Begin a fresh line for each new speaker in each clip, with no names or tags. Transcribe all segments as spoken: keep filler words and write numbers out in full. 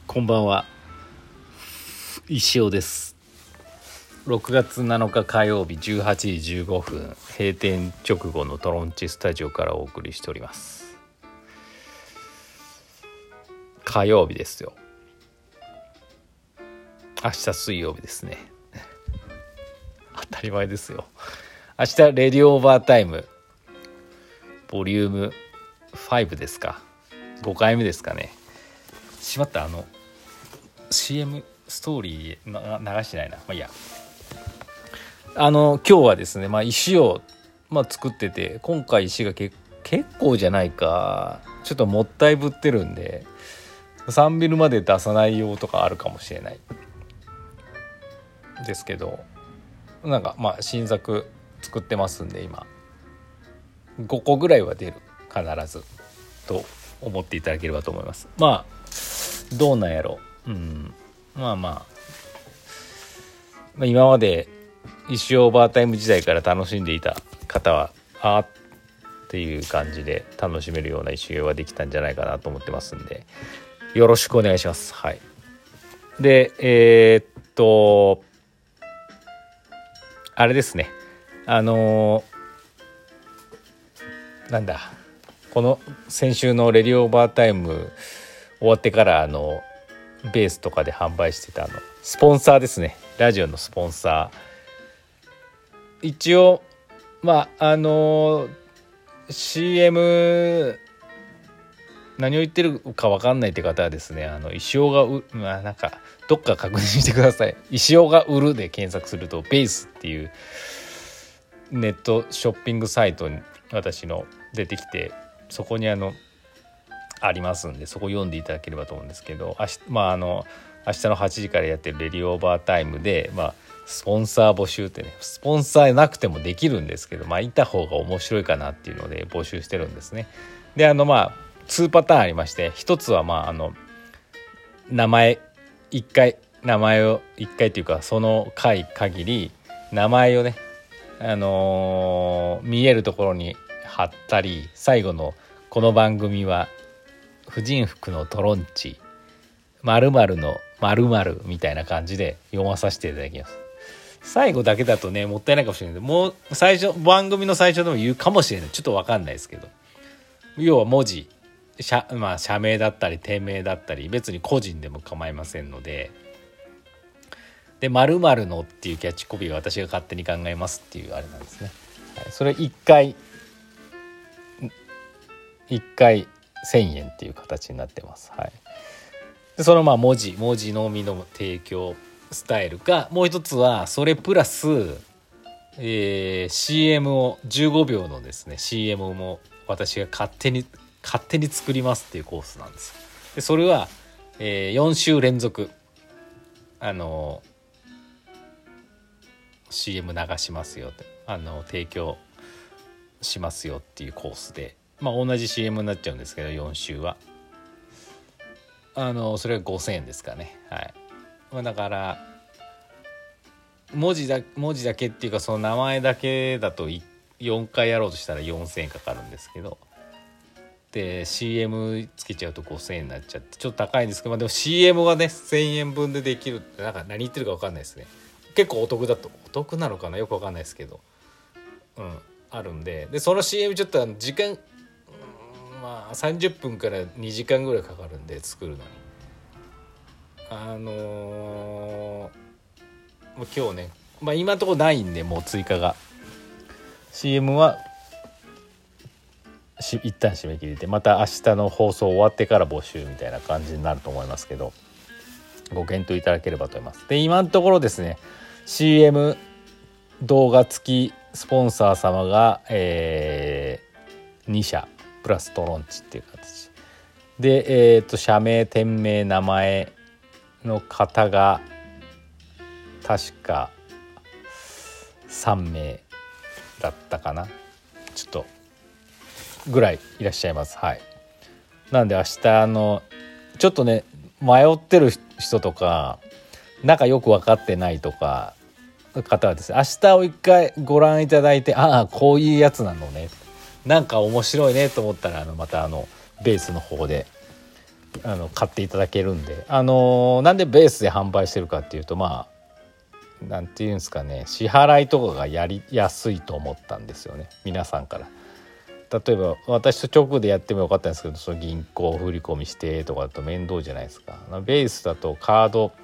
こんばんは、石尾です。ろくがつなのか火曜日じゅうはちじじゅうごふん、閉店直後のトロンチスタジオからお送りしております。火曜日ですよ。明日水曜日ですね。当たり前ですよ。明日レディオオーバータイムボリュームごですか、ごかいめですかね。しまった、あの シーエム ストーリーな流してないな。まあいいや。あの今日はですね、まあ、石を、まあ、作ってて、今回石がけ結構じゃないか、ちょっともったいぶってるんで、さんビルまで出さないよとかあるかもしれないですけど、なんかまあ新作作ってますんで、今ごこぐらいは出る、必ずと思っていただければと思います。まあどうなんやろう、うん、まあまあ今まで石オーバータイム時代から楽しんでいた方はあーっていう感じで楽しめるような石ができたんじゃないかなと思ってますんで、よろしくお願いします。はい。でえー、っとあれですね、あのー、なんだこの先週のレディオオーバータイム終わってから、あのベースとかで販売してたあのスポンサーですね、ラジオのスポンサー、一応まああの シーエム 何を言ってるか分かんないって方はですね、あの石尾がう、まあ、なんかどっか確認してください。石尾が売るで検索するとベースっていうネットショッピングサイトに私の出てきて、そこにあのありますんで、そこ読んでいただければと思うんですけど、明日、まあ、あの明日のはちじからやってるレディオオーバータイムで、まあ、スポンサー募集ってね、スポンサーなくてもできるんですけど、まあいた方が面白いかなっていうので募集してるんですね。であのまあにパターンありまして、一つはまああの名前いっかい名前をいっかいというか、その回限り名前をね、あのー、見えるところに貼ったり、最後のこの番組は婦人服のトロンチ〇〇の〇〇みたいな感じで読まさせていただきます。最後だけだとねもったいないかもしれないので、もう最初番組の最初でも言うかもしれない、ちょっと分かんないですけど、要は文字社、まあ、社名だったり店名だったり、別に個人でも構いませんので、で〇〇のっていうキャッチコピーが私が勝手に考えますっていうあれなんですね。はい、それいっかいいっかいせんえんっていう形になってます。はい。でそのまあ文字文字のみの提供スタイルか、もう一つはそれプラス、えー、シーエム をじゅうごびょうのですね シーエム も私が勝手に勝手に作りますっていうコースなんです。でそれは、えー、よんしゅう連続あの シーエム 流しますよって、あの提供しますよっていうコースで、まあ同じ シーエム になっちゃうんですけど、よん週はあのそれがごせんえんですかね。はい。まあ、だから文字だ文字だけっていうか、その名前だけだとよんかいやろうとしたらよんせんえんかかるんですけど、で シーエム つけちゃうとごせんえんになっちゃってちょっと高いんですけど、まあ、でも シーエム がねせんえんぶんでできるって、なんか何言ってるか分かんないですね。結構お得だと、お得なのかな、よく分かんないですけど、うんあるんで、でその シーエム ちょっと時間、まあさんじゅっぷんからにじかんぐらいかかるんで作るのに、あのー、もう今日ね、まあ今のところないんで、もう追加が シーエム はし一旦締め切りで、また明日の放送終わってから募集みたいな感じになると思いますけど、ご検討いただければと思います。で今のところですね シーエム 動画付きスポンサー様が、えー、にしゃプラストロンチっていう形で、えー、と社名店名名前の方が確かさんめいだったかな、ちょっとぐらいいらっしゃいます。はい。なんで明日のちょっとね迷ってる人とか、なんかよく分かってないとか方はですね、明日を一回ご覧いただいて、ああこういうやつなのね、なんか面白いねと思ったら、あのまたあのベースの方であの買っていただけるんで、あのなんでベースで販売してるかっていうと、まあなんていうんですかね、支払いとかがやりやすいと思ったんですよね、皆さんから。例えば私と直でやってもよかったんですけど、その銀行振り込みしてとかだと面倒じゃないですか。ベースだとカード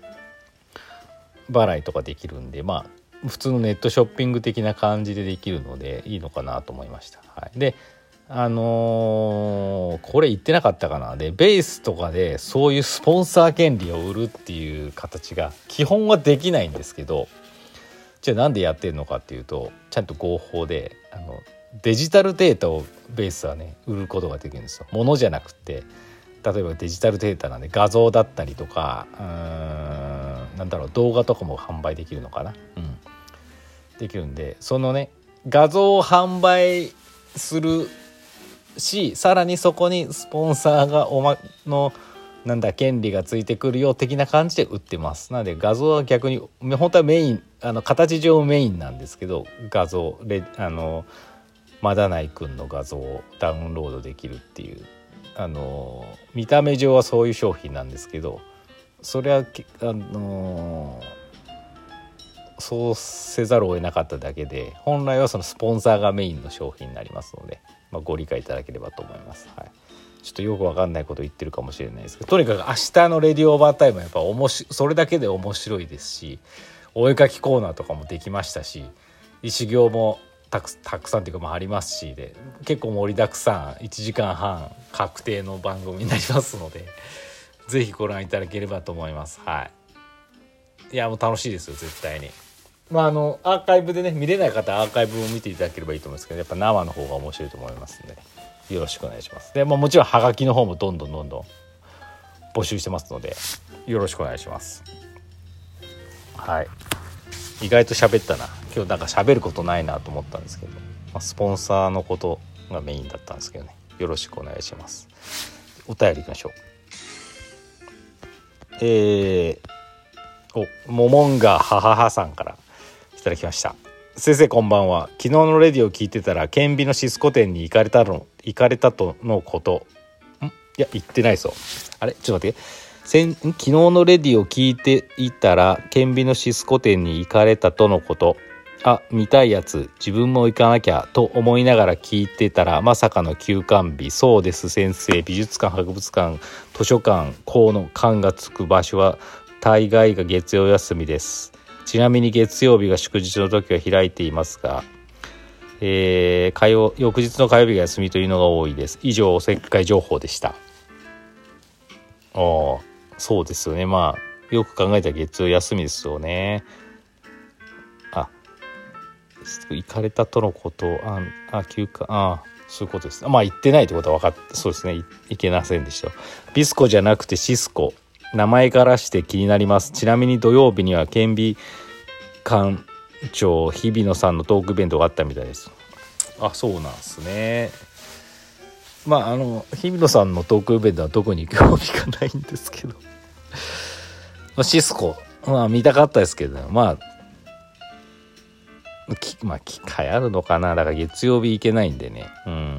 払いとかできるんで、まあ普通のネットショッピング的な感じでできるのでいいのかなと思いました。はい、であのー、これ言ってなかったかな。でベースとかでそういうスポンサー権利を売るっていう形が基本はできないんですけど、じゃあなんでやってるのかっていうと、ちゃんと合法であのデジタルデータをベースはね売ることができるんですよ。物じゃなくて、例えばデジタルデータなんで画像だったりとか、うーんなんだろう、動画とかも販売できるのかな、うん、できるんで、そのね画像を販売するし、さらにそこにスポンサーがおまのなんだ権利がついてくるよ的な感じで売ってます。なので画像は逆に本当はメイン、あの形上メインなんですけど、画像レあのまだないくんの画像をダウンロードできるっていう、あの見た目上はそういう商品なんですけど、それはあのそうせざるを得なかっただけで、本来はそのスポンサーがメインの商品になりますので、まあ、ご理解いただければと思います。はい、ちょっとよくわかんないこと言ってるかもしれないですけど、とにかく明日のレディオーバータイムはやっぱおもしそれだけで面白いですし、お絵描きコーナーとかもできましたし、石行もたく、たくさんというかまあありますしで、結構盛りだくさんいちじかんはん確定の番組になりますので、ぜひご覧いただければと思います。はい、いやもう楽しいですよ絶対に。まああのアーカイブでね見れない方はアーカイブを見ていただければいいと思うんですけど、やっぱ生の方が面白いと思いますのでよろしくお願いします。で、まあ、もちろんハガキの方もどんどんどんどん募集してますのでよろしくお願いします。はい、意外と喋ったな今日。なんか喋ることないなと思ったんですけど、まあ、スポンサーのことがメインだったんですけどね、よろしくお願いします。お便りいきましょう。えー、おモモンガハハハさんからいただきました。先生こんばんは。昨日のレディを聞いてたら顕微のシスコ店に行かれたの行かれたとのこと。んいや行ってないぞ。あれちょっと待って。先昨日のレディを聞いていたら顕微のシスコ店に行かれたとのこと。あ、見たいやつ自分も行かなきゃと思いながら聞いてたら、まさかの休館日。そうです先生、美術館、博物館、図書館、校の館がつく場所は大概が月曜休みです。ちなみに月曜日が祝日の時は開いていますが、えー、火曜翌日の火曜日が休みというのが多いです。以上おせっかい情報でした。ああ、そうですよね。まあよく考えたら月曜休みですよね。あ、行かれたとのこと。ああ休暇、ああそういうことです。まあ行ってないってことは分かってそうですね。い、いけませんでした。ビスコじゃなくてシスコ、名前からして気になります。ちなみに土曜日には顕微館長日比野さんのトークイベントがあったみたいです。あ、そうなんですね。まああの日比野さんのトークイベントは特に興味がないんですけどシスコまあ見たかったですけど、まあまあ機会あるのかな。だから月曜日行けないんでね、うん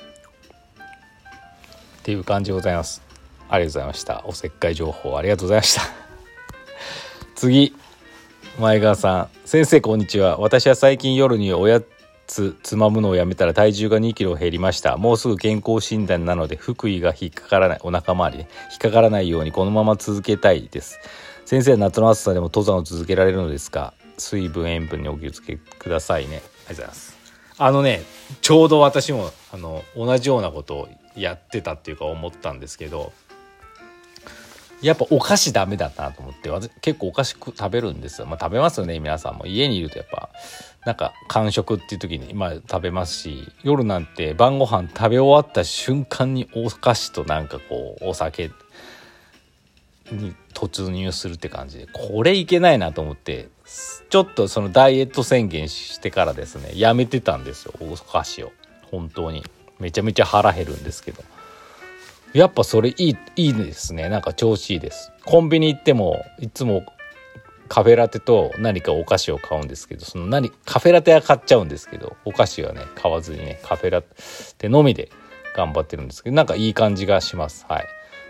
っていう感じでございます。ありがとうございました。おせっかい情報ありがとうございました次、前川さん。先生こんにちは。私は最近夜におやつつまむのをやめたら体重がにキロ減りました。もうすぐ健康診断なので腹囲が引っかからない、お腹周りね引っかからないようにこのまま続けたいです。先生は夏の暑さでも登山を続けられるのですか？水分塩分にお気をつけくださいね。ありがとうございます。あのねちょうど私もあの同じようなことをやってたっていうか思ったんですけど、やっぱお菓子ダメだなと思って、私結構お菓子食べるんですよ。まあ食べますよね皆さんも。家にいるとやっぱなんか間食っていう時にまあ食べますし、夜なんて晩ご飯食べ終わった瞬間にお菓子となんかこうお酒に突入するって感じで、これいけないなと思って、ちょっとそのダイエット宣言してからですねやめてたんですよお菓子を。本当にめちゃめちゃ腹減るんですけど、やっぱそれいいいいですね。なんか調子いいです。コンビニ行ってもいつもカフェラテと何かお菓子を買うんですけど、その何カフェラテは買っちゃうんですけどお菓子はね買わずにねカフェラテのみで頑張ってるんですけど、なんかいい感じがします。はい。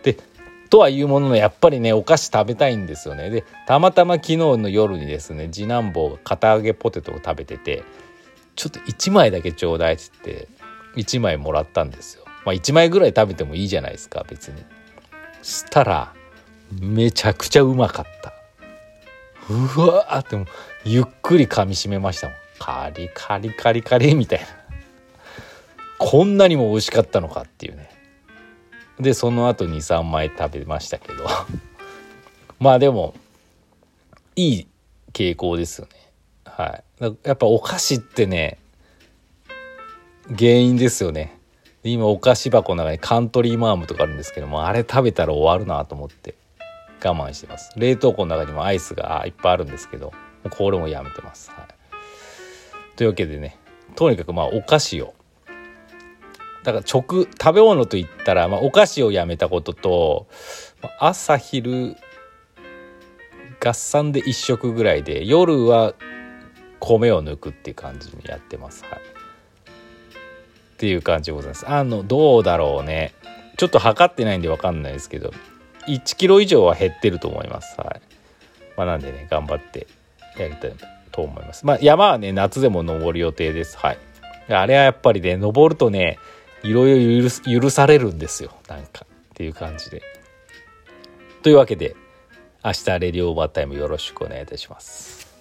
でとはいうもののやっぱりねお菓子食べたいんですよね。でたまたま昨日の夜にですね次男坊が堅揚げポテトを食べてて、ちょっといちまいだけちょうだいって言っていちまいもらったんですよ。まあいちまいぐらい食べてもいいじゃないですか別に。したらめちゃくちゃうまかった。うわーってもうゆっくり噛み締めましたもん。カリカリカリカリみたいな、こんなにも美味しかったのかっていうね。でその後 にさんまい食べましたけどまあでもいい傾向ですよね。はい、やっぱお菓子ってね原因ですよね。今お菓子箱の中にカントリーマームとかあるんですけども、あれ食べたら終わるなと思って我慢してます。冷凍庫の中にもアイスがいっぱいあるんですけど、これもやめてます、はい、というわけでね、とにかくまあお菓子をだから直食べ物といったら、まあ、お菓子をやめたことと朝昼合算でいっ食ぐらいで、夜は米を抜くっていう感じにやってます、はい、っていう感じでございます。あのどうだろうね、ちょっと測ってないんで分かんないですけどいちキロ以上は減ってると思います、はい。まあ、なんでね頑張ってやりたいと思います。まあ山はね夏でも登る予定です、はい。あれはやっぱりね登るとねいろいろ許, 許されるんですよ、なんかっていう感じで。というわけで明日レディオオーバータイムよろしくお願いいたします。